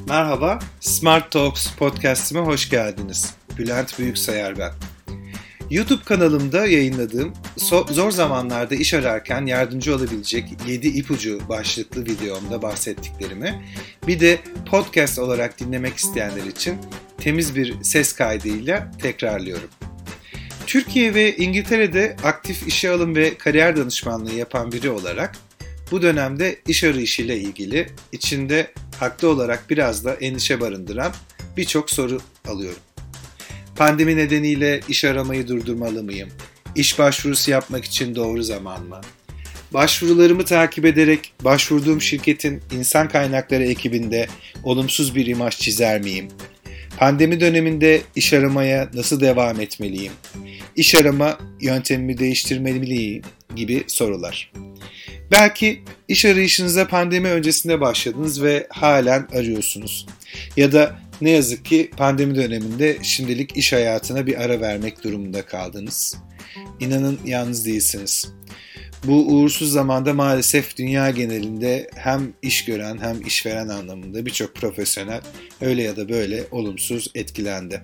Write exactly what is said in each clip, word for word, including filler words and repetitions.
Merhaba, Smart Talks podcast'ime hoş geldiniz. Bülent Büyüksayar ben. YouTube kanalımda yayınladığım zor zamanlarda iş ararken yardımcı olabilecek yedi ipucu başlıklı videomda bahsettiklerimi, bir de podcast olarak dinlemek isteyenler için temiz bir ses kaydıyla tekrarlıyorum. Türkiye ve İngiltere'de aktif işe alım ve kariyer danışmanlığı yapan biri olarak bu dönemde iş arayışıyla ilgili içinde haklı olarak biraz da endişe barındıran birçok soru alıyorum. Pandemi nedeniyle iş aramayı durdurmalı mıyım? İş başvurusu yapmak için doğru zaman mı? Başvurularımı takip ederek başvurduğum şirketin insan kaynakları ekibinde olumsuz bir imaj çizer miyim? Pandemi döneminde iş aramaya nasıl devam etmeliyim? İş arama yöntemimi değiştirmeli miyim? Gibi sorular. Belki iş arayışınıza pandemi öncesinde başladınız ve halen arıyorsunuz. Ya da ne yazık ki pandemi döneminde şimdilik iş hayatına bir ara vermek durumunda kaldınız. İnanın yalnız değilsiniz. Bu uğursuz zamanda maalesef dünya genelinde hem iş gören hem işveren anlamında birçok profesyonel öyle ya da böyle olumsuz etkilendi.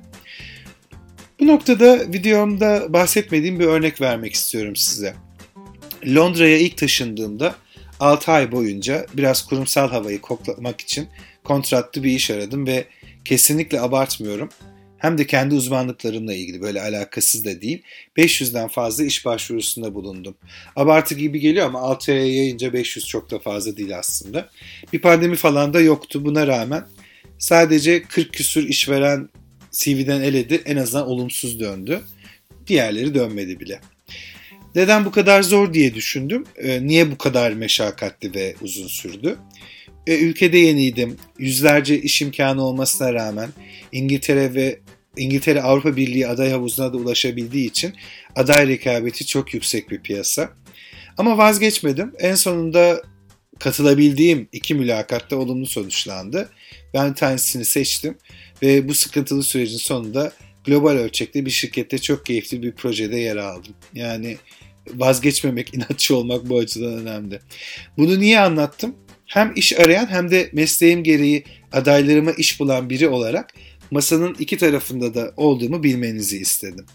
Bu noktada videomda bahsetmediğim bir örnek vermek istiyorum size. Londra'ya ilk taşındığımda altı ay boyunca biraz kurumsal havayı koklamak için kontratlı bir iş aradım ve kesinlikle abartmıyorum. Hem de kendi uzmanlıklarımla ilgili, böyle alakasız da değil, beş yüzden fazla iş başvurusunda bulundum. Abartı gibi geliyor ama altı aya yayınca beş yüz çok da fazla değil aslında. Bir pandemi falan da yoktu. Buna rağmen sadece kırk küsur işveren C V'den eledi, en azından olumsuz döndü. Diğerleri dönmedi bile. Neden bu kadar zor diye düşündüm. E, niye bu kadar meşakkatli ve uzun sürdü? E, ülkede yeniydim. Yüzlerce iş imkanı olmasına rağmen İngiltere ve İngiltere Avrupa Birliği aday havuzuna da ulaşabildiği için aday rekabeti çok yüksek bir piyasa. Ama vazgeçmedim. En sonunda katılabildiğim iki mülakatta olumlu sonuçlandı. Ben bir tanesini seçtim ve bu sıkıntılı sürecin sonunda global ölçekte bir şirkette çok keyifli bir projede yer aldım. Yani vazgeçmemek, inatçı olmak bu açıdan önemli. Bunu niye anlattım? Hem iş arayan hem de mesleğim gereği adaylarıma iş bulan biri olarak masanın iki tarafında da olduğumu bilmenizi istedim.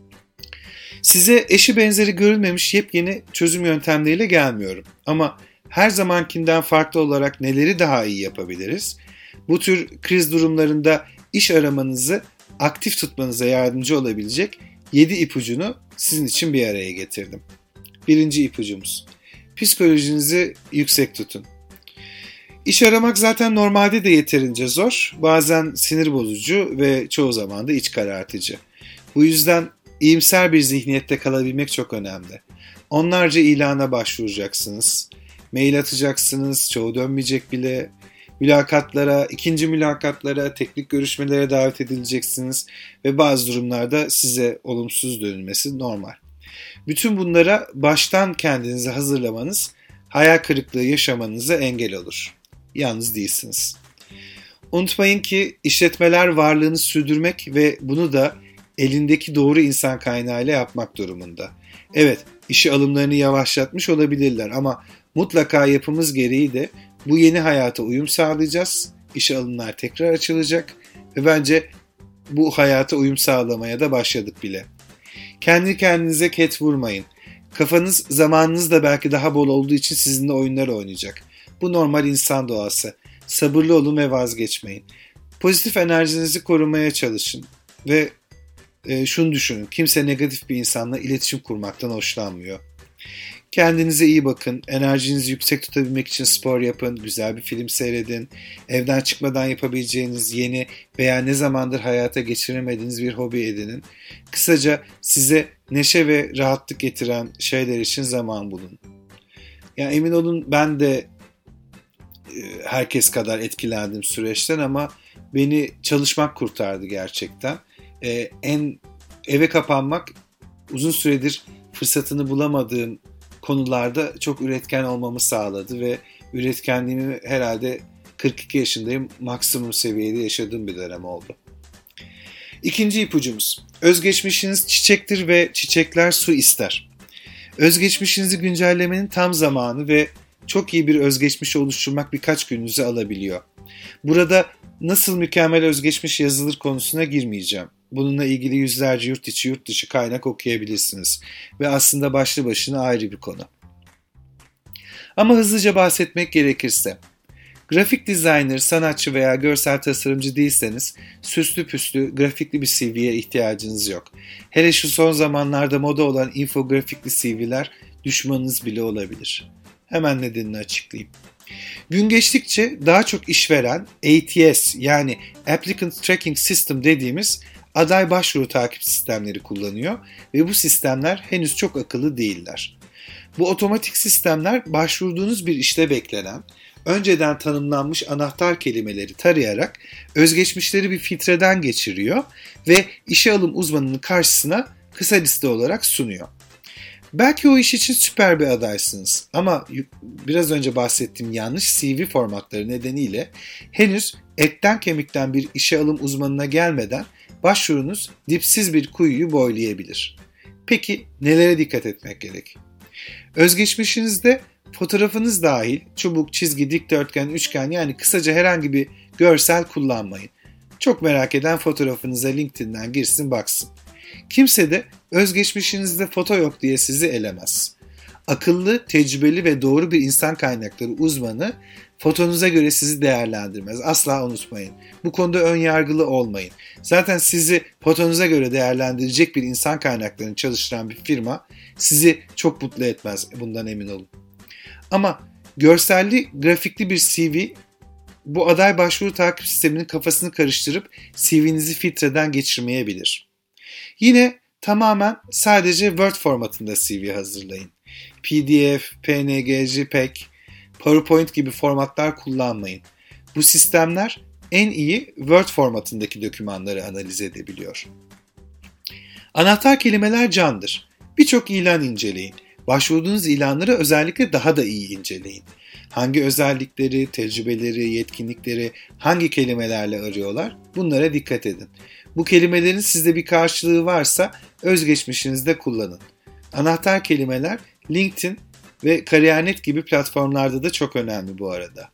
Size eşi benzeri görülmemiş yepyeni çözüm yöntemleriyle gelmiyorum. Ama her zamankinden farklı olarak neleri daha iyi yapabiliriz? Bu tür kriz durumlarında iş aramanızı aktif tutmanıza yardımcı olabilecek yedi ipucunu sizin için bir araya getirdim. Birinci ipucumuz: psikolojinizi yüksek tutun. İş aramak zaten normalde de yeterince zor, bazen sinir bozucu ve çoğu zaman da iç karartıcı. Bu yüzden iyimser bir zihniyette kalabilmek çok önemli. Onlarca ilana başvuracaksınız, mail atacaksınız, çoğu dönmeyecek bile. Mülakatlara, ikinci mülakatlara, teknik görüşmelere davet edileceksiniz ve bazı durumlarda size olumsuz dönülmesi normal. Bütün bunlara baştan kendinizi hazırlamanız, hayal kırıklığı yaşamanıza engel olur. Yalnız değilsiniz. Unutmayın ki işletmeler varlığını sürdürmek ve bunu da elindeki doğru insan kaynağıyla yapmak durumunda. Evet, işe alımlarını yavaşlatmış olabilirler ama mutlaka yapımız gereği de bu yeni hayata uyum sağlayacağız. İşe alımlar tekrar açılacak ve bence bu hayata uyum sağlamaya da başladık bile. Kendi kendinize ket vurmayın. Kafanız, zamanınız da belki daha bol olduğu için sizinle oyunlar oynayacak. Bu normal insan doğası. Sabırlı olun ve vazgeçmeyin. Pozitif enerjinizi korumaya çalışın ve e, şunu düşünün. Kimse negatif bir insanla iletişim kurmaktan hoşlanmıyor. Kendinize iyi bakın, enerjinizi yüksek tutabilmek için spor yapın, güzel bir film seyredin, evden çıkmadan yapabileceğiniz yeni veya ne zamandır hayata geçiremediğiniz bir hobi edinin. Kısaca size neşe ve rahatlık getiren şeyler için zaman bulun. Yani emin olun ben de herkes kadar etkilendim süreçten ama beni çalışmak kurtardı gerçekten. Ee, en eve kapanmak uzun süredir fırsatını bulamadığım konularda çok üretken olmamı sağladı ve üretkenliğimi herhalde kırk iki yaşındayım, maksimum seviyede yaşadığım bir dönem oldu. İkinci ipucumuz: özgeçmişiniz çiçektir ve çiçekler su ister. Özgeçmişinizi güncellemenin tam zamanı ve çok iyi bir özgeçmiş oluşturmak birkaç gününüzü alabiliyor. Burada Nasıl mükemmel özgeçmiş yazılır konusuna girmeyeceğim. Bununla ilgili yüzlerce yurt içi yurt dışı kaynak okuyabilirsiniz ve aslında başlı başına ayrı bir konu. Ama hızlıca bahsetmek gerekirse, grafik designer, sanatçı veya görsel tasarımcı değilseniz süslü püslü grafikli bir C V'ye ihtiyacınız yok. Hele şu son zamanlarda moda olan infografikli C V'ler düşmanınız bile olabilir. Hemen nedenini açıklayayım. Gün geçtikçe daha çok işveren A T S yani Applicant Tracking System dediğimiz aday başvuru takip sistemleri kullanıyor ve bu sistemler henüz çok akıllı değiller. Bu otomatik sistemler başvurduğunuz bir işte beklenen, önceden tanımlanmış anahtar kelimeleri tarayarak özgeçmişleri bir filtreden geçiriyor ve işe alım uzmanının karşısına kısa liste olarak sunuyor. Belki o iş için süper bir adaysınız ama biraz önce bahsettiğim yanlış C V formatları nedeniyle henüz etten kemikten bir işe alım uzmanına gelmeden başvurunuz dipsiz bir kuyuyu boylayabilir. Peki nelere dikkat etmek gerek? Özgeçmişinizde fotoğrafınız dahil çubuk, çizgi, dikdörtgen, üçgen yani kısaca herhangi bir görsel kullanmayın. Çok merak eden fotoğrafınıza LinkedIn'den girsin baksın. Kimse de özgeçmişinizde foto yok diye sizi elemez. Akıllı, tecrübeli ve doğru bir insan kaynakları uzmanı fotonuza göre sizi değerlendirmez. Asla unutmayın. Bu konuda ön yargılı olmayın. Zaten sizi fotonuza göre değerlendirecek bir insan kaynaklarını çalıştıran bir firma sizi çok mutlu etmez. Bundan emin olun. Ama görselli, grafikli bir C V bu aday başvuru takip sisteminin kafasını karıştırıp C V'nizi filtreden geçirmeyebilir. Yine tamamen sadece Word formatında C V hazırlayın. P D F, P N G, JPEG, PowerPoint gibi formatlar kullanmayın. Bu sistemler en iyi Word formatındaki dokümanları analiz edebiliyor. Anahtar kelimeler candır. Birçok ilan inceleyin. Başvurduğunuz ilanları özellikle daha da iyi inceleyin. Hangi özellikleri, tecrübeleri, yetkinlikleri hangi kelimelerle arıyorlar? Bunlara dikkat edin. Bu kelimelerin sizde bir karşılığı varsa özgeçmişinizde kullanın. Anahtar kelimeler LinkedIn ve Kariyer.net gibi platformlarda da çok önemli bu arada.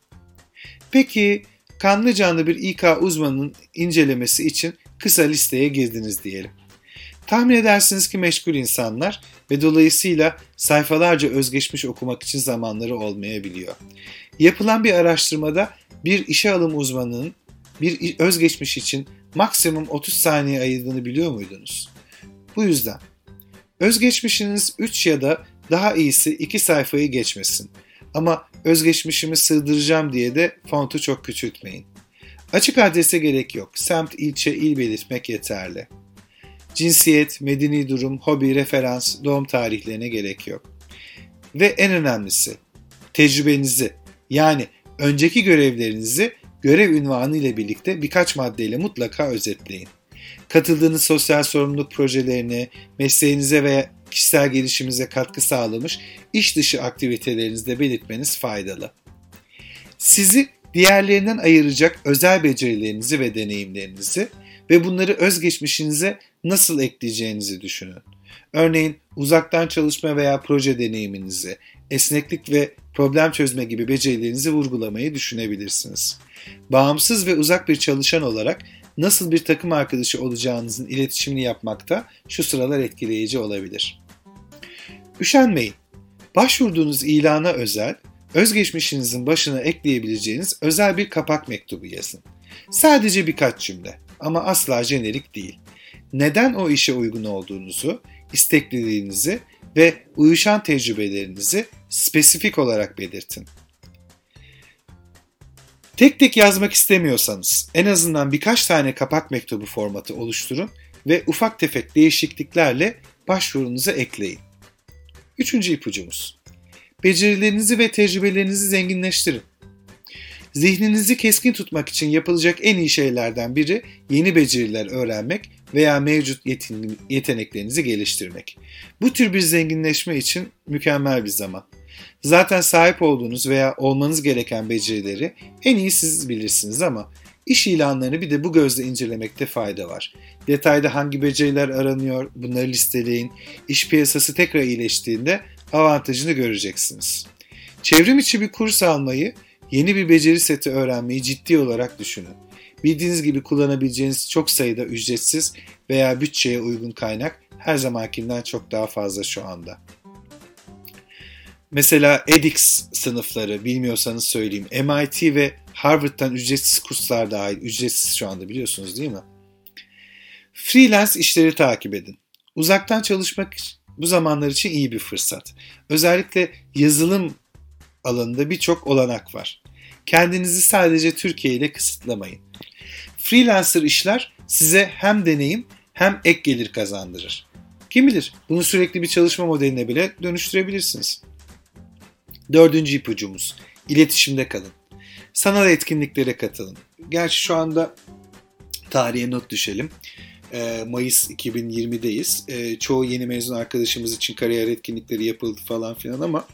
Peki kanlı canlı bir İK uzmanının incelemesi için kısa listeye girdiniz diyelim. Tahmin edersiniz ki meşgul insanlar ve dolayısıyla sayfalarca özgeçmiş okumak için zamanları olmayabiliyor. Yapılan bir araştırmada bir işe alım uzmanının bir özgeçmiş için maksimum otuz saniye ayırdığını biliyor muydunuz? Bu yüzden özgeçmişiniz üç ya da daha iyisi iki sayfayı geçmesin. Ama özgeçmişimi sığdıracağım diye de fontu çok küçültmeyin. Açık adrese gerek yok. Semt, ilçe, il belirtmek yeterli. Cinsiyet, medeni durum, hobi, referans, doğum tarihlerine gerek yok. Ve en önemlisi tecrübenizi yani önceki görevlerinizi görev ünvanı ile birlikte birkaç maddeyle mutlaka özetleyin. Katıldığınız sosyal sorumluluk projelerine, mesleğinize veya kişisel gelişiminize katkı sağlamış iş dışı aktivitelerinizde belirtmeniz faydalı. Sizi diğerlerinden ayıracak özel becerilerinizi ve deneyimlerinizi ve bunları özgeçmişinize nasıl ekleyeceğinizi düşünün. Örneğin uzaktan çalışma veya proje deneyiminizi, esneklik ve problem çözme gibi becerilerinizi vurgulamayı düşünebilirsiniz. Bağımsız ve uzak bir çalışan olarak nasıl bir takım arkadaşı olacağınızın iletişimini yapmakta şu sıralar etkileyici olabilir. Üşenmeyin. Başvurduğunuz ilana özel, özgeçmişinizin başına ekleyebileceğiniz özel bir kapak mektubu yazın. Sadece birkaç cümle ama asla jenerik değil. Neden o işe uygun olduğunuzu, istekliliğinizi ve uyuşan tecrübelerinizi spesifik olarak belirtin. Tek tek yazmak istemiyorsanız en azından birkaç tane kapak mektubu formatı oluşturun ve ufak tefek değişikliklerle başvurunuza ekleyin. Üçüncü ipucumuz. Becerilerinizi ve tecrübelerinizi zenginleştirin. Zihninizi keskin tutmak için yapılacak en iyi şeylerden biri yeni beceriler öğrenmek veya mevcut yeteneklerinizi geliştirmek. Bu tür bir zenginleşme için mükemmel bir zaman. Zaten sahip olduğunuz veya olmanız gereken becerileri en iyi siz bilirsiniz ama iş ilanlarını bir de bu gözle incelemekte fayda var. Detayda hangi beceriler aranıyor bunları listeleyin. İş piyasası tekrar iyileştiğinde avantajını göreceksiniz. Çevrim içi bir kurs almayı, yeni bir beceri seti öğrenmeyi ciddi olarak düşünün. Bildiğiniz gibi kullanabileceğiniz çok sayıda ücretsiz veya bütçeye uygun kaynak her zamankinden çok daha fazla şu anda. Mesela edX sınıfları, bilmiyorsanız söyleyeyim. M I T ve Harvard'dan ücretsiz kurslar dahil. Ücretsiz şu anda, biliyorsunuz değil mi? Freelance işleri takip edin. Uzaktan çalışmak bu zamanlar için iyi bir fırsat. Özellikle yazılım alanında birçok olanak var. Kendinizi sadece Türkiye ile kısıtlamayın. Freelancer işler size hem deneyim hem ek gelir kazandırır. Kim bilir, bunu sürekli bir çalışma modeline bile dönüştürebilirsiniz. Dördüncü ipucumuz, iletişimde kalın. Sanal etkinliklere katılın. Gerçi şu anda tarihe not düşelim. Mayıs iki bin yirmideyiz. Çoğu yeni mezun arkadaşımız için kariyer etkinlikleri yapıldı falan filan ama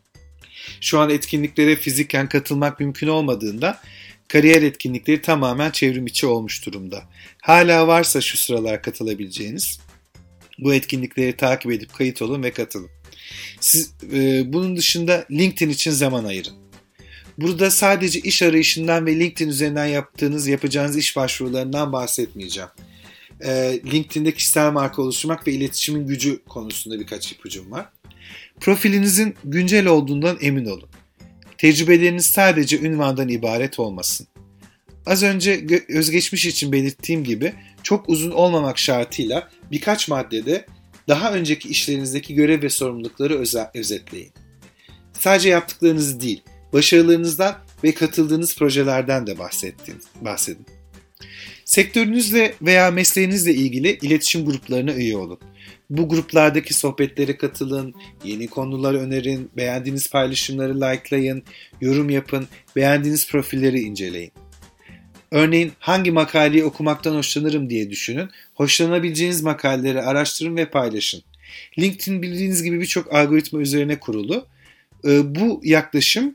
şu an etkinliklere fiziken katılmak mümkün olmadığında kariyer etkinlikleri tamamen çevrim içi olmuş durumda. Hala varsa şu sıralar katılabileceğiniz, bu etkinlikleri takip edip kayıt olun ve katılın. Siz, e, bunun dışında LinkedIn için zaman ayırın. Burada sadece iş arayışından ve LinkedIn üzerinden yaptığınız, yapacağınız iş başvurularından bahsetmeyeceğim. E, LinkedIn'de kişisel marka oluşturmak ve iletişimin gücü konusunda birkaç ipucum var. Profilinizin güncel olduğundan emin olun. Tecrübeleriniz sadece ünvandan ibaret olmasın. Az önce özgeçmiş için belirttiğim gibi çok uzun olmamak şartıyla birkaç maddede daha önceki işlerinizdeki görev ve sorumlulukları özetleyin. Sadece yaptıklarınızı değil, başarılarınızdan ve katıldığınız projelerden de bahsedin. Sektörünüzle veya mesleğinizle ilgili iletişim gruplarına üye olun. Bu gruplardaki sohbetlere katılın, yeni konular önerin, beğendiğiniz paylaşımları likelayın, yorum yapın, beğendiğiniz profilleri inceleyin. Örneğin hangi makaleyi okumaktan hoşlanırım diye düşünün, hoşlanabileceğiniz makaleleri araştırın ve paylaşın. LinkedIn bildiğiniz gibi birçok algoritma üzerine kurulu. Bu yaklaşım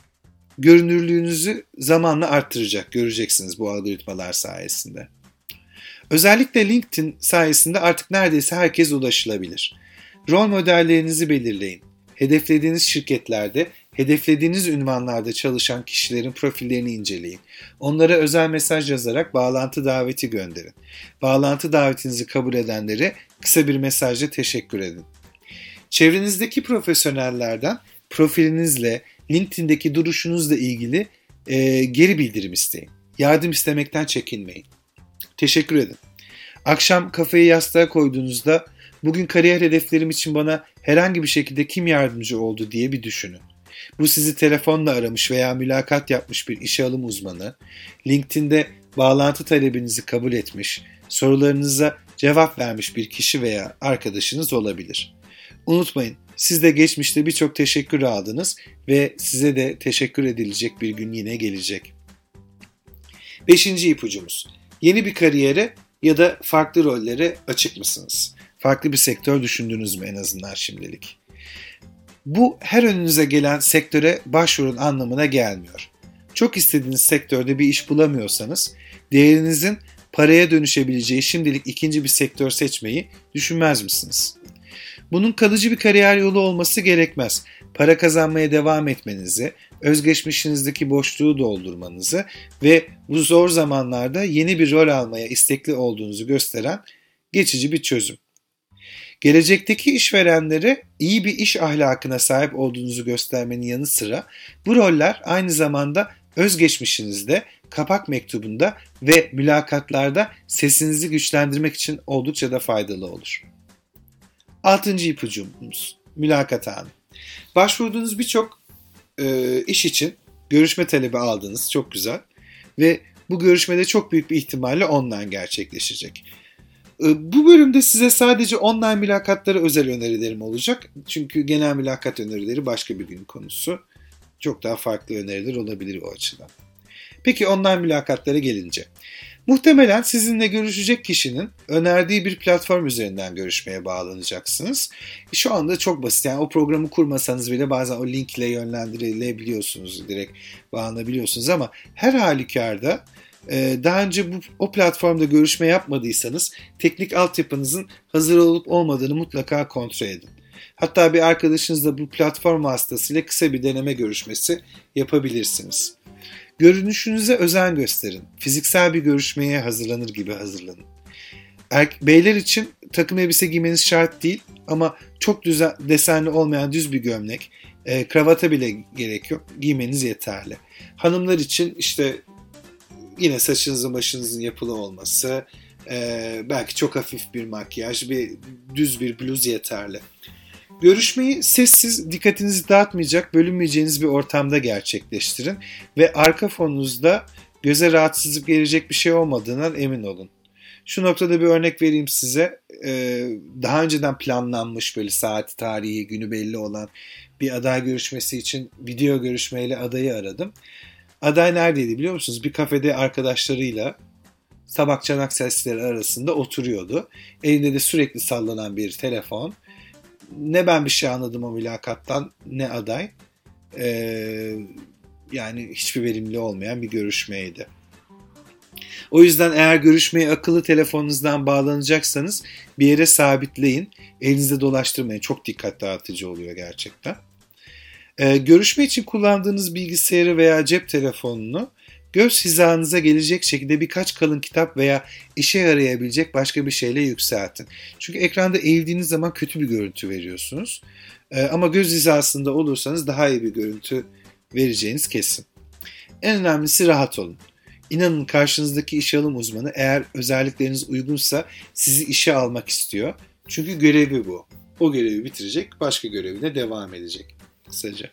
görünürlüğünüzü zamanla arttıracak, göreceksiniz bu algoritmalar sayesinde. Özellikle LinkedIn sayesinde artık neredeyse herkes ulaşılabilir. Rol modellerinizi belirleyin. Hedeflediğiniz şirketlerde, hedeflediğiniz ünvanlarda çalışan kişilerin profillerini inceleyin. Onlara özel mesaj yazarak bağlantı daveti gönderin. Bağlantı davetinizi kabul edenlere kısa bir mesajla teşekkür edin. Çevrenizdeki profesyonellerden profilinizle, LinkedIn'deki duruşunuzla ilgili e, geri bildirim isteyin. Yardım istemekten çekinmeyin. Teşekkür edin. Akşam kafayı yastığa koyduğunuzda bugün kariyer hedeflerim için bana herhangi bir şekilde kim yardımcı oldu diye bir düşünün. Bu sizi telefonla aramış veya mülakat yapmış bir işe alım uzmanı, LinkedIn'de bağlantı talebinizi kabul etmiş, sorularınıza cevap vermiş bir kişi veya arkadaşınız olabilir. Unutmayın, siz de geçmişte birçok teşekkür aldınız ve size de teşekkür edilecek bir gün yine gelecek. Beşinci ipucumuz. Yeni bir kariyere ya da farklı rollere açık mısınız? Farklı bir sektör düşündünüz mü en azından şimdilik? Bu her önünüze gelen sektöre başvurun anlamına gelmiyor. Çok istediğiniz sektörde bir iş bulamıyorsanız, değerinizin paraya dönüşebileceği şimdilik ikinci bir sektör seçmeyi düşünmez misiniz? Bunun kalıcı bir kariyer yolu olması gerekmez. Para kazanmaya devam etmenizi, özgeçmişinizdeki boşluğu doldurmanızı ve bu zor zamanlarda yeni bir rol almaya istekli olduğunuzu gösteren geçici bir çözüm. Gelecekteki işverenlere iyi bir iş ahlakına sahip olduğunuzu göstermenin yanı sıra bu roller aynı zamanda özgeçmişinizde, kapak mektubunda ve mülakatlarda sesinizi güçlendirmek için oldukça da faydalı olur. Altıncı ipucumuz, mülakat anı. Başvurduğunuz birçok e, iş için görüşme talebi aldınız, çok güzel. Ve bu görüşmede çok büyük bir ihtimalle online gerçekleşecek. E, bu bölümde size sadece online mülakatlara özel önerilerim olacak. Çünkü genel mülakat önerileri başka bir gün konusu. Çok daha farklı öneriler olabilir o açıdan. Peki online mülakatlara gelince. Muhtemelen sizinle görüşecek kişinin önerdiği bir platform üzerinden görüşmeye bağlanacaksınız. Şu anda çok basit. Yani o programı kurmasanız bile bazen o linkle yönlendirilebiliyorsunuz, direkt bağlanabiliyorsunuz ama her halükarda daha önce bu, o platformda görüşme yapmadıysanız teknik altyapınızın hazır olup olmadığını mutlaka kontrol edin. Hatta bir arkadaşınızla bu platform vasıtasıyla kısa bir deneme görüşmesi yapabilirsiniz. Görünüşünüze özen gösterin. Fiziksel bir görüşmeye hazırlanır gibi hazırlanın. Er- Beyler için takım elbise giymeniz şart değil ama çok düzen, desenli olmayan düz bir gömlek, e, kravata bile gerek yok. Giymeniz yeterli. Hanımlar için işte yine saçınızın başınızın yapılı olması, e, belki çok hafif bir makyaj, bir düz bir bluz yeterli. Görüşmeyi sessiz, dikkatinizi dağıtmayacak, bölünmeyeceğiniz bir ortamda gerçekleştirin ve arka fonunuzda göze rahatsızlık gelecek bir şey olmadığından emin olun. Şu noktada bir örnek vereyim size. Ee, daha önceden planlanmış böyle saati, tarihi, günü belli olan bir aday görüşmesi için video görüşmeyle adayı aradım. Aday neredeydi biliyor musunuz? Bir kafede arkadaşlarıyla tabak çanak sesleri arasında oturuyordu. Elinde de sürekli sallanan bir telefon. Ne ben bir şey anladım o mülakattan ne aday. Ee, yani hiçbir verimli olmayan bir görüşmeydi. O yüzden eğer görüşmeye akıllı telefonunuzdan bağlanacaksanız bir yere sabitleyin. Elinizde dolaştırmayın. Çok dikkat dağıtıcı oluyor gerçekten. Ee, görüşme için kullandığınız bilgisayarı veya cep telefonunu göz hizanıza gelecek şekilde birkaç kalın kitap veya işe yarayabilecek başka bir şeyle yükseltin. Çünkü ekranda eğildiğiniz zaman kötü bir görüntü veriyorsunuz. Ee, ama göz hizasında olursanız daha iyi bir görüntü vereceğiniz kesin. En önemlisi rahat olun. İnanın karşınızdaki işe alım uzmanı eğer özellikleriniz uygunsa sizi işe almak istiyor. Çünkü görevi bu. O görevi bitirecek, başka görevine devam edecek. Kısaca.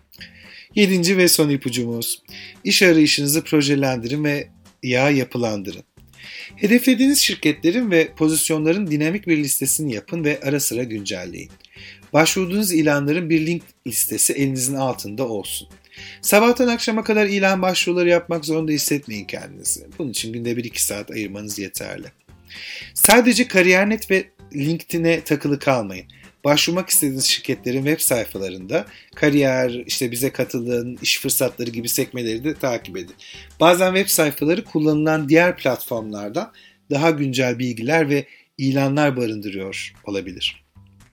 Yedinci ve son ipucumuz. İş arayışınızı projelendirin ve ya yapılandırın. Hedeflediğiniz şirketlerin ve pozisyonların dinamik bir listesini yapın ve ara sıra güncelleyin. Başvurduğunuz ilanların bir link listesi elinizin altında olsun. Sabahtan akşama kadar ilan başvuruları yapmak zorunda hissetmeyin kendinizi. Bunun için günde bir iki saat ayırmanız yeterli. Sadece Kariyer.net ve LinkedIn'e takılı kalmayın. Başvurmak istediğiniz şirketlerin web sayfalarında kariyer, işte bize katılın, iş fırsatları gibi sekmeleri de takip edin. Bazen web sayfaları kullanılan diğer platformlardan daha güncel bilgiler ve ilanlar barındırıyor olabilir.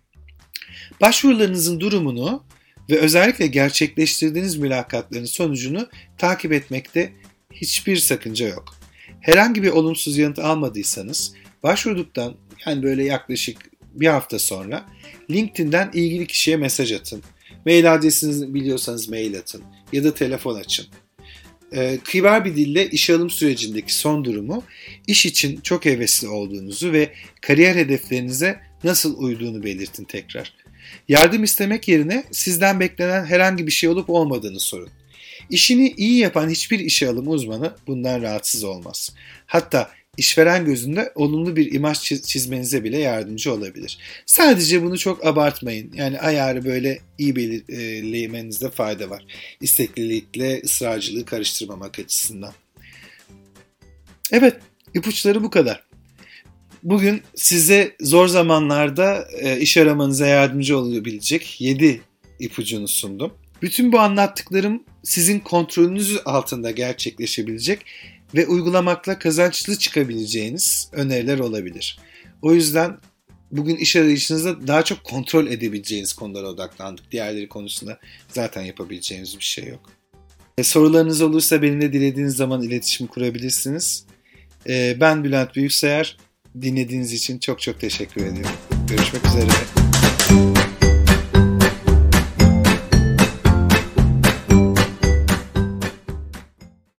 Başvurularınızın durumunu ve özellikle gerçekleştirdiğiniz mülakatların sonucunu takip etmekte hiçbir sakınca yok. Herhangi bir olumsuz yanıt almadıysanız başvurduktan yani böyle yaklaşık bir hafta sonra LinkedIn'den ilgili kişiye mesaj atın. Mail adresinizi biliyorsanız mail atın ya da telefon açın. Ee, kibar bir dille işe alım sürecindeki son durumu, iş için çok hevesli olduğunuzu ve kariyer hedeflerinize nasıl uyduğunu belirtin tekrar. Yardım istemek yerine sizden beklenen herhangi bir şey olup olmadığını sorun. İşini iyi yapan hiçbir işe alım uzmanı bundan rahatsız olmaz. Hatta işveren gözünde olumlu bir imaj çizmenize bile yardımcı olabilir. Sadece bunu çok abartmayın. Yani ayarı böyle iyi belirlemenizde fayda var. İsteklilikle ısrarcılığı karıştırmamak açısından. Evet, ipuçları bu kadar. Bugün size zor zamanlarda iş aramanıza yardımcı olabilecek yedi ipucunu sundum. Bütün bu anlattıklarım sizin kontrolünüz altında gerçekleşebilecek ve uygulamakla kazançlı çıkabileceğiniz öneriler olabilir. O yüzden bugün iş arayışınızda daha çok kontrol edebileceğiniz konulara odaklandık. Diğerleri konusunda zaten yapabileceğiniz bir şey yok. E, sorularınız olursa benimle dilediğiniz zaman iletişim kurabilirsiniz. E, ben Bülent Büyüksayar. Dinlediğiniz için çok çok teşekkür ediyorum. Görüşmek üzere.